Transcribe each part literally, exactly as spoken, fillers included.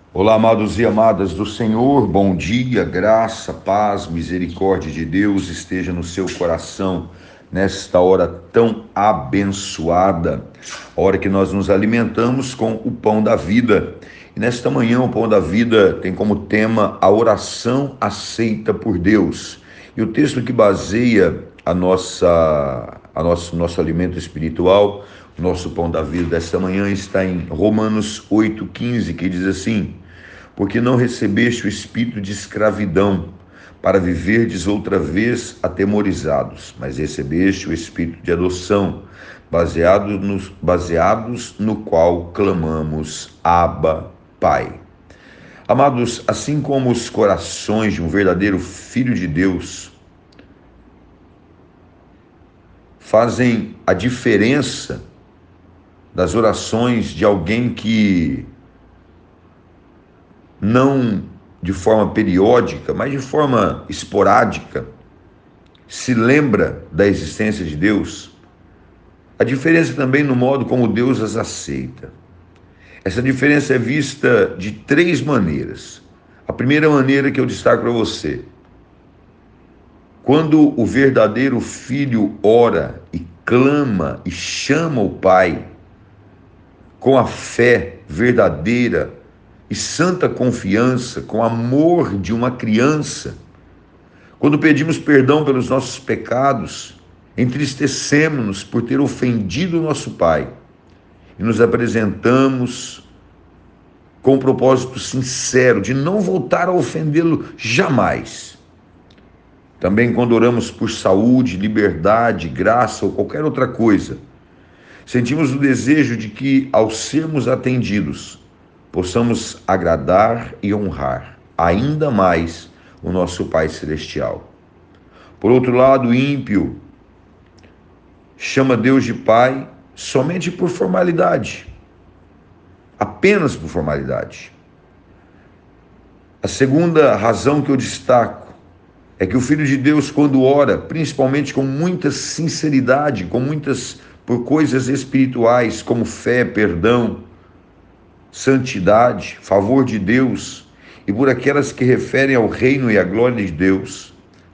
Olá, amados e amadas do Senhor, bom dia, graça, paz, misericórdia de Deus esteja no seu coração nesta hora tão abençoada, a hora que nós nos alimentamos com o pão da vida. E nesta manhã, o pão da vida tem como tema a oração aceita por Deus. E o texto que baseia a nossa, a nosso, nosso alimento espiritual, o nosso pão da vida desta manhã está em Romanos oito, quinze, que diz assim: porque não recebeste o espírito de escravidão, para viverdes outra vez atemorizados, mas recebeste o espírito de adoção, baseado no, baseados no qual clamamos, Abba, Pai. Amados, assim como os corações de um verdadeiro filho de Deus fazem a diferença das orações de alguém que não de forma periódica, mas de forma esporádica, se lembra da existência de Deus, a diferença também no modo como Deus as aceita. Essa diferença é vista de três maneiras. A primeira maneira que eu destaco para você: quando o verdadeiro filho ora e clama e chama o Pai com a fé verdadeira e santa confiança, com amor de uma criança, quando pedimos perdão pelos nossos pecados, entristecemos-nos por ter ofendido o nosso Pai e nos apresentamos com o propósito sincero de não voltar a ofendê-lo jamais. Também quando oramos por saúde, liberdade, graça ou qualquer outra coisa, sentimos o desejo de que, ao sermos atendidos, possamos agradar e honrar ainda mais o nosso Pai Celestial. Por outro lado, o ímpio chama Deus de Pai somente por formalidade, apenas por formalidade. A segunda razão que eu destaco é que o Filho de Deus, quando ora, principalmente com muita sinceridade, com muitas, por coisas espirituais, como fé, perdão, santidade, favor de Deus, e por aquelas que referem ao reino e à glória de Deus,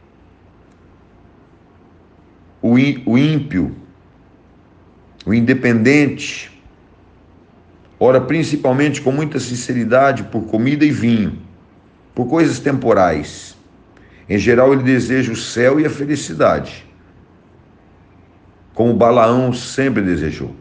o ímpio, o independente, ora principalmente com muita sinceridade por comida e vinho, por coisas temporais. Em geral, ele deseja o céu e a felicidade, como Balaão sempre desejou.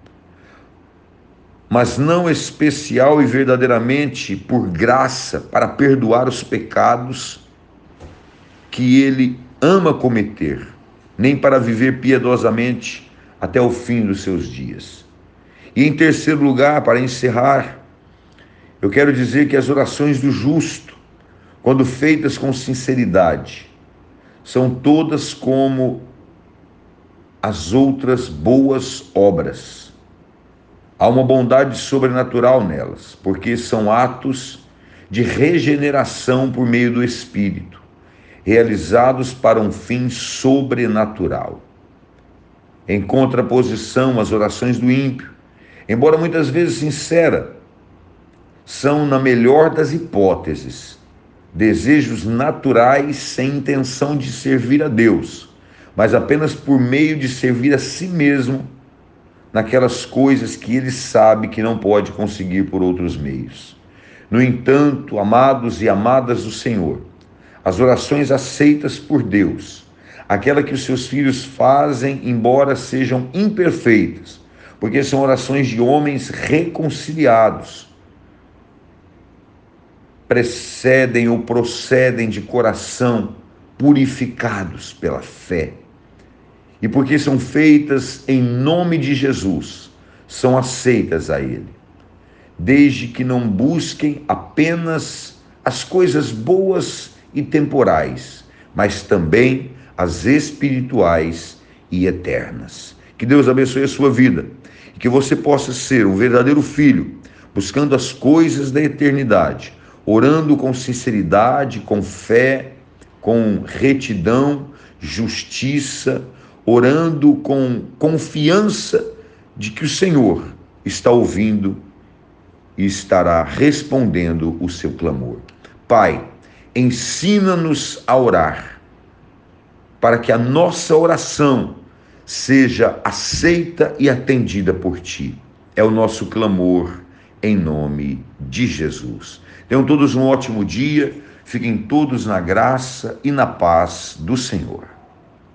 Mas não especial e verdadeiramente por graça para perdoar os pecados que ele ama cometer, nem para viver piedosamente até o fim dos seus dias. E em terceiro lugar, para encerrar, eu quero dizer que as orações do justo, quando feitas com sinceridade, são todas como as outras boas obras. Há uma bondade sobrenatural nelas, porque são atos de regeneração por meio do Espírito, realizados para um fim sobrenatural. Em contraposição às orações do ímpio, embora muitas vezes sinceras, são, na melhor das hipóteses, desejos naturais sem intenção de servir a Deus, mas apenas por meio de servir a si mesmo naquelas coisas que ele sabe que não pode conseguir por outros meios. No entanto, amados e amadas do Senhor, as orações aceitas por Deus, aquela que os seus filhos fazem, embora sejam imperfeitas, porque são orações de homens reconciliados, precedem ou procedem de coração purificados pela fé. E porque são feitas em nome de Jesus, são aceitas a Ele, desde que não busquem apenas as coisas boas e temporais, mas também as espirituais e eternas. Que Deus abençoe a sua vida e que você possa ser um verdadeiro filho, buscando as coisas da eternidade, orando com sinceridade, com fé, com retidão, justiça, orando com confiança de que o Senhor está ouvindo e estará respondendo o seu clamor. Pai, ensina-nos a orar, para que a nossa oração seja aceita e atendida por Ti. É o nosso clamor em nome de Jesus. Tenham todos um ótimo dia, fiquem todos na graça e na paz do Senhor.